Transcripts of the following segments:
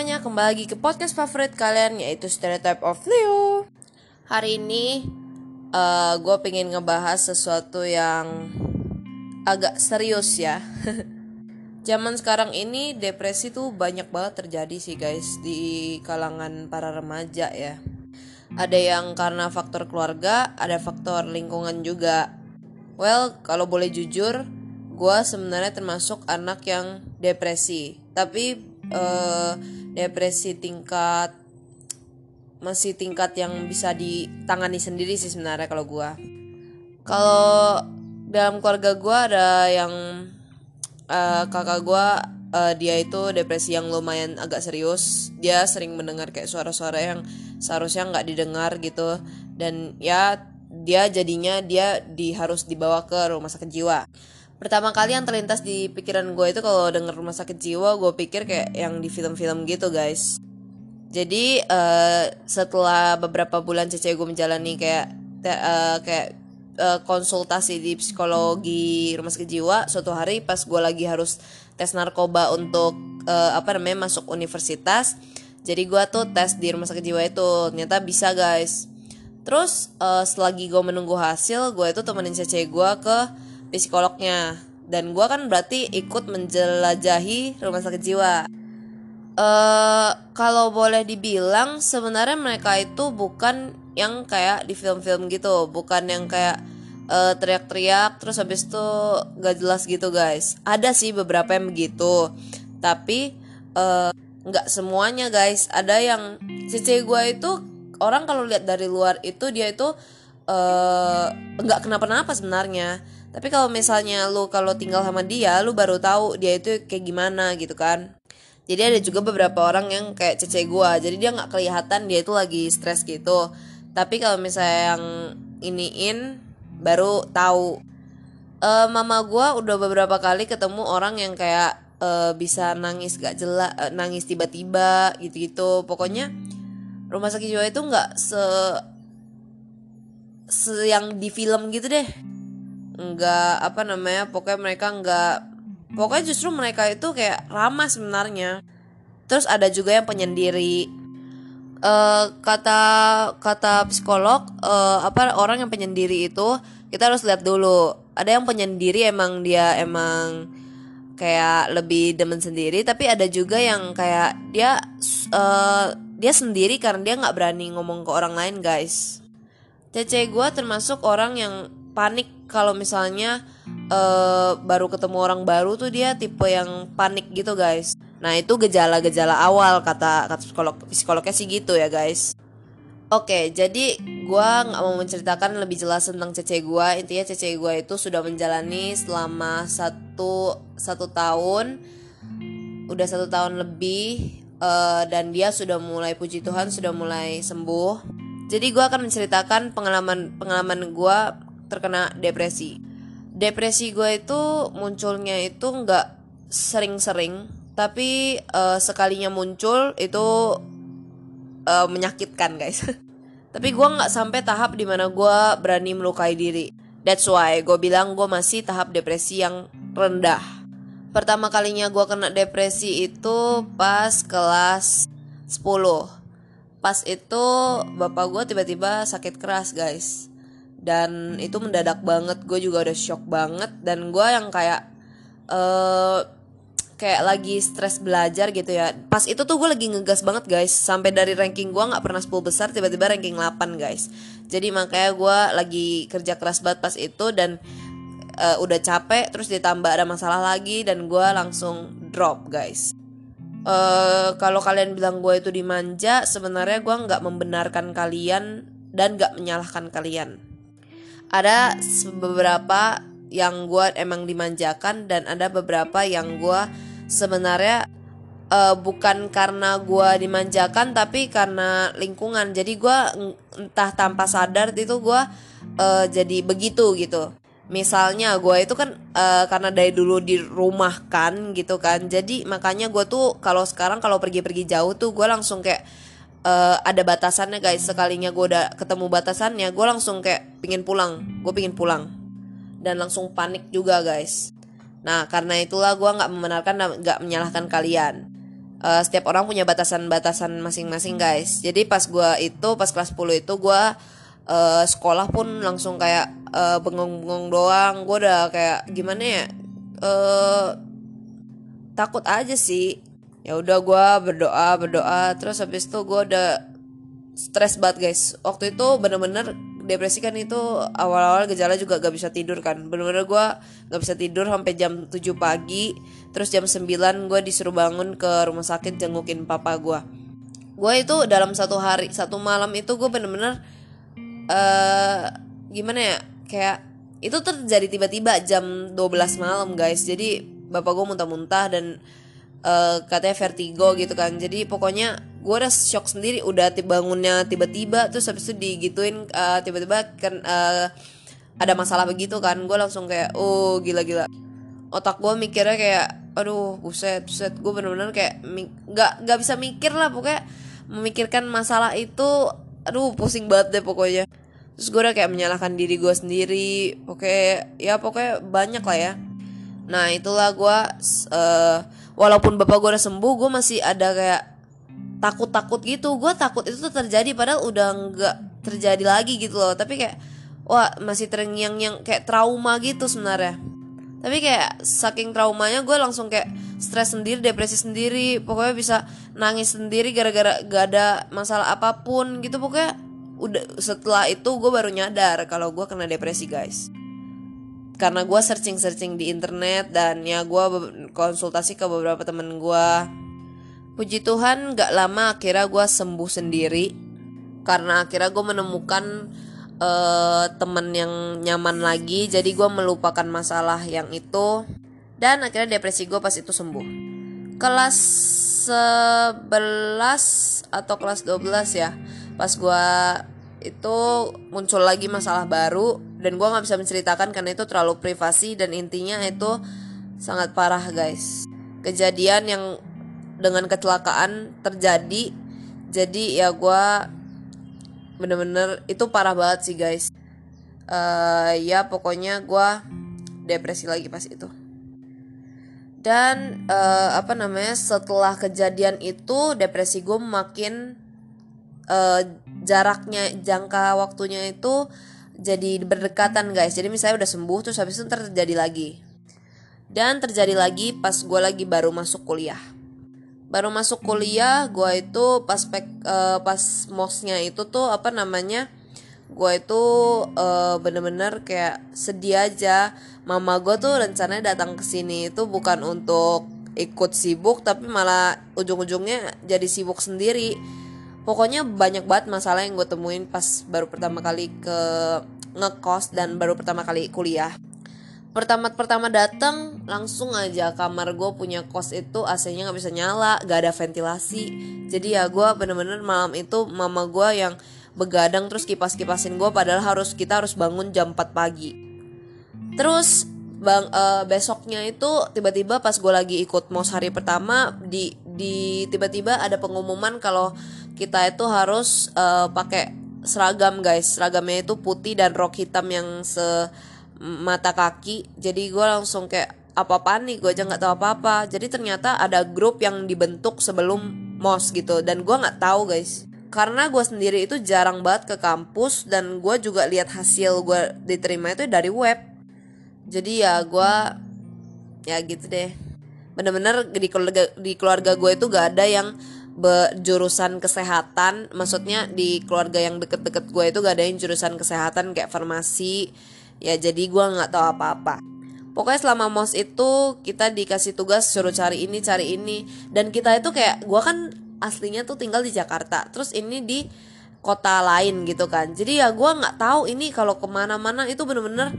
semuanya, kembali lagi ke podcast favorit kalian, yaitu Stereotype of Leo. Hari ini gue pengen ngebahas sesuatu yang agak serius ya. Zaman sekarang ini depresi tuh banyak banget terjadi sih guys, di kalangan para remaja ya. Ada yang karena faktor keluarga, ada faktor lingkungan juga. Well, kalau boleh jujur, gue sebenarnya termasuk anak yang depresi. Tapi depresi masih tingkat yang bisa ditangani sendiri sih sebenarnya kalau gue. Kalau dalam keluarga gue ada yang kakak gue, dia itu depresi yang lumayan agak serius. Dia sering mendengar kayak suara-suara yang seharusnya nggak didengar gitu, dan ya dia jadinya harus dibawa ke rumah sakit jiwa. Pertama kali yang terlintas di pikiran gue itu kalau denger rumah sakit jiwa, gue pikir kayak yang di film-film gitu guys. Jadi setelah beberapa bulan cewek gue menjalani konsultasi di psikologi rumah sakit jiwa, suatu hari pas gue lagi harus tes narkoba untuk masuk universitas. Jadi gue tuh tes di rumah sakit jiwa itu, ternyata bisa guys. Terus selagi gue menunggu hasil, gue itu temenin cewek gue ke psikolognya, dan gue kan berarti ikut menjelajahi rumah sakit jiwa. Kalau boleh dibilang sebenarnya mereka itu bukan yang kayak di film-film gitu, bukan yang kayak teriak-teriak terus habis itu gak jelas gitu guys. Ada sih beberapa yang begitu, tapi nggak semuanya guys. Ada yang cewek gue itu, orang kalau lihat dari luar itu dia itu nggak kenapa-napa sebenarnya. Tapi kalau misalnya lu kalau tinggal sama dia, lu baru tahu dia itu kayak gimana gitu kan. Jadi ada juga beberapa orang yang kayak cece gue, jadi dia nggak kelihatan dia itu lagi stres gitu. Tapi kalau misalnya yang iniin baru tahu. Mama gue udah beberapa kali ketemu orang yang kayak bisa nangis gak jelas, nangis tiba-tiba gitu-gitu. Pokoknya rumah sakit jiwa itu nggak se yang di film gitu deh. Nggak pokoknya mereka nggak, pokoknya justru mereka itu kayak ramah sebenarnya. Terus ada juga yang penyendiri. Kata psikolog, orang yang penyendiri itu kita harus lihat dulu. Ada yang penyendiri emang kayak lebih demen sendiri, tapi ada juga yang kayak dia sendiri karena dia nggak berani ngomong ke orang lain guys. Cece gue termasuk orang yang panik kalau misalnya baru ketemu orang baru tuh, dia tipe yang panik gitu guys. Nah itu gejala-gejala awal kata psikolognya sih gitu ya guys. Oke, jadi gue nggak mau menceritakan lebih jelas tentang cece gue. Intinya cece gue itu sudah menjalani selama satu tahun, udah 1 tahun lebih, dan dia sudah mulai, puji Tuhan, sudah mulai sembuh. Jadi gue akan menceritakan pengalaman gue terkena depresi. Depresi gue itu munculnya itu nggak sering-sering, tapi sekalinya muncul itu menyakitkan guys. Tapi gue nggak sampai tahap dimana gue berani melukai diri. That's why gue bilang gue masih tahap depresi yang rendah. Pertama kalinya gue kena depresi itu pas kelas 10. Pas itu bapak gue tiba-tiba sakit keras guys, dan itu mendadak banget. Gue juga udah shock banget, dan gue yang kayak lagi stres belajar gitu ya. Pas itu tuh gue lagi ngegas banget guys, sampai dari ranking gue gak pernah 10 besar tiba-tiba ranking 8 guys. Jadi makanya gue lagi kerja keras banget pas itu, dan udah capek terus ditambah ada masalah lagi, dan gue langsung drop guys. Kalau kalian bilang gue itu dimanja, sebenarnya gue nggak membenarkan kalian dan nggak menyalahkan kalian. Ada beberapa yang gue emang dimanjakan, dan ada beberapa yang gue sebenarnya bukan karena gue dimanjakan, tapi karena lingkungan. Jadi gue entah tanpa sadar itu gue jadi begitu gitu. Misalnya gue itu kan karena dari dulu di rumah kan gitu kan, jadi makanya gue tuh kalau sekarang kalau pergi-pergi jauh tuh gue langsung kayak ada batasannya guys. Sekalinya gue udah ketemu batasannya, gue langsung kayak pingin pulang, dan langsung panik juga guys. Nah karena itulah gue nggak membenarkan dan nggak menyalahkan kalian. Setiap orang punya batasan-batasan masing-masing guys. Jadi pas kelas 10 itu gue sekolah pun langsung kayak bengong-bengong doang. Gue udah kayak gimana ya, eh takut aja sih. Ya udah gue berdoa berdoa, terus habis itu gue udah stres banget guys. Waktu itu bener-bener depresi kan, itu awal-awal gejala juga gak bisa tidur kan. Bener-bener gue gak bisa tidur sampai jam 7 pagi. Terus jam 9 gue disuruh bangun ke rumah sakit jengukin papa gue. Gue itu dalam satu hari, satu malam itu gue bener-bener gimana ya, kayak itu terjadi tiba-tiba jam 12 malam guys. Jadi bapak gue muntah-muntah dan katanya vertigo gitu kan. Jadi pokoknya gue udah shock sendiri, udah bangunnya tiba-tiba, terus habis itu digituin tiba-tiba kan ada masalah begitu kan. Gue langsung kayak oh gila-gila, otak gue mikirnya kayak aduh buset buset. Gue bener-bener kayak nggak bisa mikir lah, pokoknya memikirkan masalah itu aduh pusing banget deh pokoknya. Terus gue udah kayak menyalahkan diri gue sendiri, pokoknya banyak lah ya. Nah itulah gue walaupun bapak gue udah sembuh, gue masih ada kayak takut-takut gitu. Gue takut itu tuh terjadi padahal udah nggak terjadi lagi gitu loh. Tapi kayak wah masih terngiang-ngiang, kayak trauma gitu sebenarnya. Tapi kayak saking traumanya gue langsung kayak stres sendiri, depresi sendiri. Pokoknya bisa nangis sendiri gara-gara gak ada masalah apapun gitu. Pokoknya udah setelah itu gue baru nyadar kalau gue kena depresi guys. Karena gue searching di internet dan ya gue konsultasi ke beberapa temen gue. Puji Tuhan gak lama akhirnya gue sembuh sendiri. Karena akhirnya gue menemukan temen yang nyaman lagi. Jadi gue melupakan masalah yang itu. Dan akhirnya depresi gue pas itu sembuh. Kelas 11 atau kelas 12 ya, pas gue itu muncul lagi masalah baru. Dan gue gak bisa menceritakan karena itu terlalu privasi. Dan intinya itu sangat parah guys. Kejadian yang dengan kecelakaan terjadi. Jadi ya gue bener-bener itu parah banget sih guys. Ya pokoknya gue depresi lagi pas itu. Dan setelah kejadian itu depresi gue makin jangka waktunya itu jadi berdekatan guys. Jadi misalnya udah sembuh terus habis itu terjadi lagi. Dan terjadi lagi pas gue lagi baru masuk kuliah. Gue itu pas mosnya itu tuh gue itu bener-bener kayak sedih aja. Mama gue tuh rencananya datang ke sini itu bukan untuk ikut sibuk, tapi malah ujung-ujungnya jadi sibuk sendiri. Pokoknya banyak banget masalah yang gue temuin pas baru pertama kali ke ngekos dan baru pertama kali kuliah. Pertama datang langsung aja kamar gue punya kos itu AC-nya nggak bisa nyala, gak ada ventilasi. Jadi ya gue bener-bener malam itu mama gue yang begadang terus kipas-kipasin gue, padahal kita harus bangun jam 4 pagi. Terus besoknya itu tiba-tiba pas gue lagi ikut mos hari pertama di tiba-tiba ada pengumuman kalau kita itu harus pakai seragam guys. Seragamnya itu putih dan rok hitam yang mata kaki. Jadi gue langsung kayak apa-apaan nih, gue aja nggak tahu apa-apa. Jadi ternyata ada grup yang dibentuk sebelum mos gitu dan gue nggak tahu guys. Karena gue sendiri itu jarang banget ke kampus dan gue juga lihat hasil gue diterima itu dari web. Jadi ya gue ya gitu deh. Bener-bener di keluarga gue itu gak ada yang jurusan kesehatan. Maksudnya di keluarga yang deket-deket gue itu gak ada yang jurusan kesehatan kayak farmasi. Ya jadi gue gak tahu apa-apa. Pokoknya selama mos itu kita dikasih tugas suruh cari ini. Dan kita itu kayak gue kan aslinya tuh tinggal di Jakarta, terus ini di kota lain gitu kan. Jadi ya gue nggak tahu ini kalau kemana-mana itu bener-bener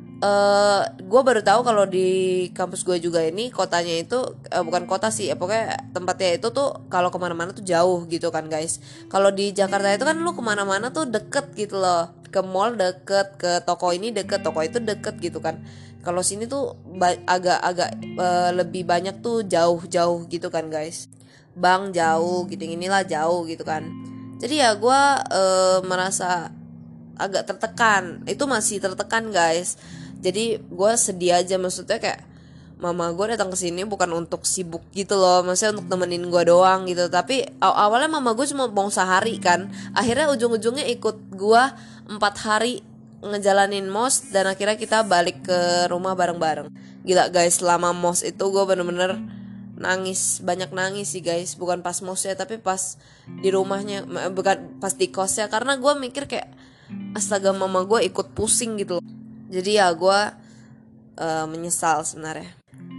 gue baru tahu kalau di kampus gue juga ini kotanya itu bukan kota sih ya, pokoknya tempatnya itu tuh kalau kemana-mana tuh jauh gitu kan guys. Kalau di Jakarta itu kan lu kemana-mana tuh deket gitu loh, ke mall deket, ke toko ini deket, toko itu deket gitu kan. Kalau sini tuh agak-agak lebih banyak tuh jauh-jauh gitu kan guys. Bang jauh gitu, inilah jauh gitu kan. Jadi ya gue merasa agak tertekan. Itu masih tertekan guys. Jadi gue sedih aja, maksudnya kayak mama gue datang ke sini bukan untuk sibuk gitu loh, maksudnya untuk temenin gue doang gitu. Tapi awalnya mama gue cuma mau sehari kan, akhirnya ujung-ujungnya ikut gue 4 hari ngejalanin mos, dan akhirnya kita balik ke rumah bareng-bareng. Gila guys, selama mos itu gue bener-bener nangis, banyak nangis sih guys, bukan pas mosnya tapi pas di rumahnya, bukan pas di kosnya, karena gue mikir kayak astaga, mama gue ikut pusing gitu loh. Jadi ya gue menyesal sebenarnya.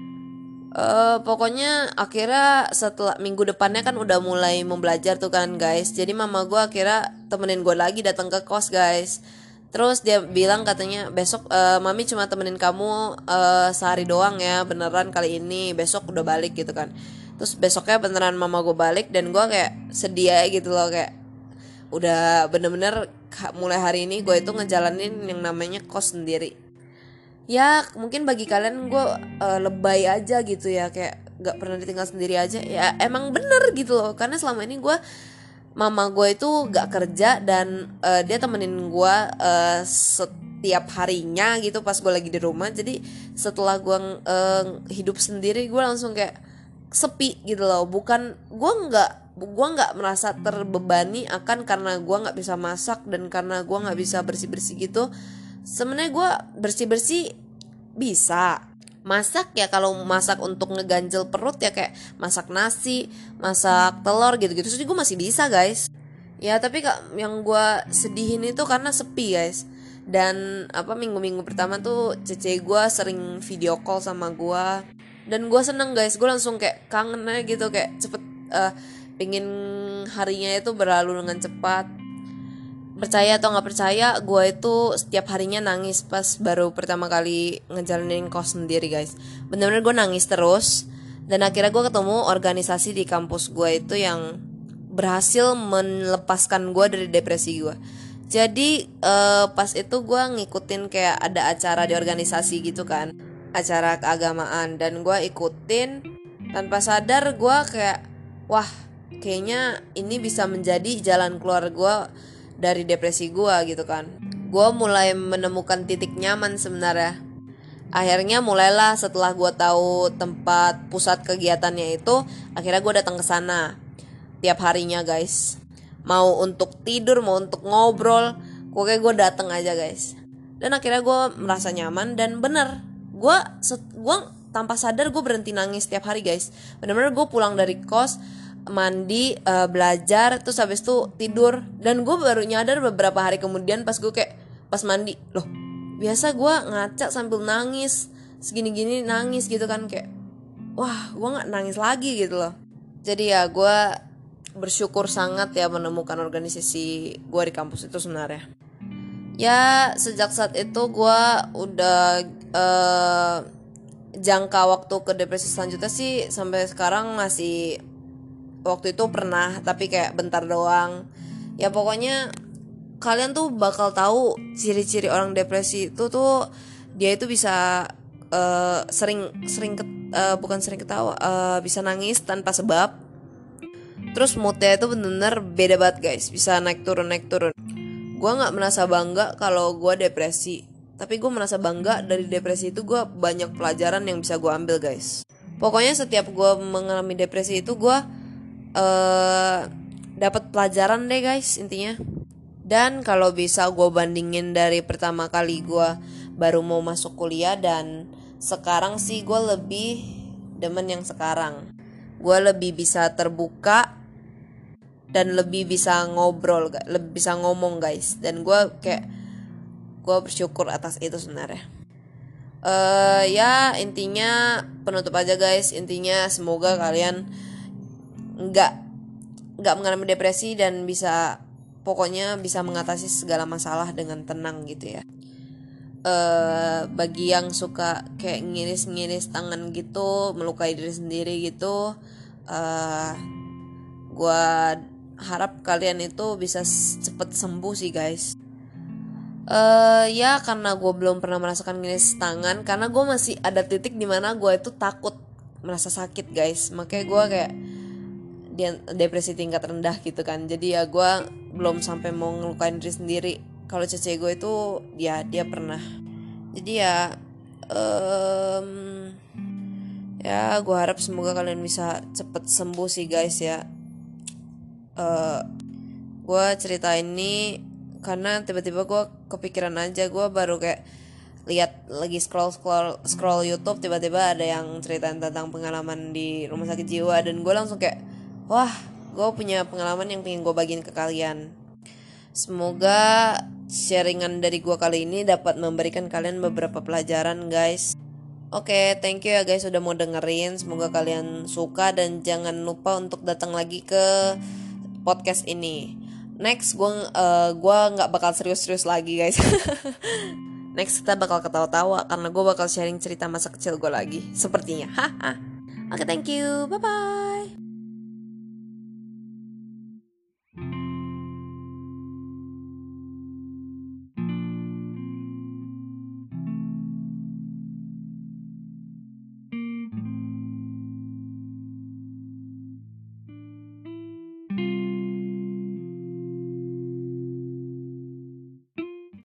Pokoknya akhirnya setelah minggu depannya kan udah mulai membelajar tuh kan guys. Jadi mama gue akhirnya temenin gue lagi datang ke kos guys. Terus dia bilang katanya besok mami cuma temenin kamu sehari doang ya, beneran kali ini, besok udah balik gitu kan. Terus besoknya beneran mama gue balik, dan gue kayak sedih aja gitu loh, kayak udah bener-bener mulai hari ini gue itu ngejalanin yang namanya kos sendiri. Ya mungkin bagi kalian gue lebay aja gitu ya, kayak gak pernah ditinggal sendiri aja. Ya emang bener gitu loh, karena selama ini mama gue itu gak kerja, dan dia temenin gue setiap harinya gitu pas gue lagi di rumah. Jadi setelah gue hidup sendiri, gue langsung kayak sepi gitu loh. Bukan gue nggak merasa terbebani akan karena gue nggak bisa masak dan karena gue nggak bisa bersih bersih gitu. Sebenarnya gue bersih bersih bisa masak ya, kalau masak untuk ngeganjel perut ya kayak masak nasi, masak telur gitu-gitu sih gue masih bisa guys. Ya tapi yang gue sedihin itu karena sepi guys. Dan minggu-minggu pertama tuh cece gue sering video call sama gue, dan gue seneng guys, gue langsung kayak kangen aja gitu, kayak cepet pengen harinya itu berlalu dengan cepat. Percaya atau nggak percaya, gue itu setiap harinya nangis pas baru pertama kali ngejalanin kos sendiri guys. Bener-bener gue nangis terus. Dan akhirnya gue ketemu organisasi di kampus gue itu yang berhasil melepaskan gue dari depresi gue. Jadi pas itu gue ngikutin kayak ada acara di organisasi gitu kan, acara keagamaan, dan gue ikutin. Tanpa sadar gue kayak, wah kayaknya ini bisa menjadi jalan keluar gue dari depresi gue gitu kan. Gue mulai menemukan titik nyaman sebenarnya. Akhirnya mulailah setelah gue tahu tempat pusat kegiatannya itu, akhirnya gue datang ke sana tiap harinya guys. Mau untuk tidur, mau untuk ngobrol, pokoknya gue datang aja guys. Dan akhirnya gue merasa nyaman, dan bener, gue tanpa sadar gue berhenti nangis tiap hari guys. Bener-bener gue pulang dari kos, mandi, belajar, terus habis itu tidur. Dan gue baru nyadar beberapa hari kemudian pas gue kayak pas mandi, loh biasa gue ngaca sambil nangis segini-gini nangis gitu kan, kayak wah gue nggak nangis lagi gitu loh. Jadi ya gue bersyukur sangat ya menemukan organisasi gue di kampus itu sebenarnya. Ya sejak saat itu gue udah jangka waktu ke depresi selanjutnya sih sampai sekarang masih. Waktu itu pernah, tapi kayak bentar doang. Ya pokoknya kalian tuh bakal tahu ciri-ciri orang depresi itu tuh, dia itu bisa bukan sering ketawa, bisa nangis tanpa sebab. Terus moodnya itu bener-bener beda banget guys, bisa naik turun. Gue nggak merasa bangga kalau gue depresi, tapi gue merasa bangga dari depresi itu gue banyak pelajaran yang bisa gue ambil guys. Pokoknya setiap gue mengalami depresi itu gue dapat pelajaran deh guys intinya. Dan kalau bisa gue bandingin dari pertama kali gue baru mau masuk kuliah dan sekarang sih, gue lebih demen yang sekarang. Gue lebih bisa terbuka dan lebih bisa ngobrol, lebih bisa ngomong guys. Dan gue bersyukur atas itu sebenarnya. Ya intinya penutup aja guys, intinya semoga kalian nggak mengalami depresi dan pokoknya bisa mengatasi segala masalah dengan tenang gitu ya. Bagi yang suka kayak ngiris-ngiris tangan gitu, melukai diri sendiri gitu, gue harap kalian itu bisa cepet sembuh sih guys. Ya karena gue belum pernah merasakan ngiris tangan, karena gue masih ada titik dimana gue itu takut merasa sakit guys, makanya gue kayak depresi tingkat rendah gitu kan. Jadi ya gue belum sampai mau ngelukain diri sendiri. Kalau cece gue itu dia pernah. Jadi ya Ya gue harap semoga kalian bisa cepet sembuh sih guys ya. Gue cerita ini karena tiba-tiba gue kepikiran aja. Gue baru kayak lihat lagi scroll YouTube, tiba-tiba ada yang ceritain tentang pengalaman di rumah sakit jiwa, dan gue langsung kayak wah, gue punya pengalaman yang pengen gue bagiin ke kalian. Semoga sharingan dari gue kali ini dapat memberikan kalian beberapa pelajaran guys. Oke, thank you ya guys udah mau dengerin. Semoga kalian suka dan jangan lupa untuk datang lagi ke podcast ini. Next, gua nggak bakal serius-serius lagi guys. Next kita bakal ketawa-tawa karena gue bakal sharing cerita masa kecil gue lagi. Sepertinya. Oke, thank you. Bye bye.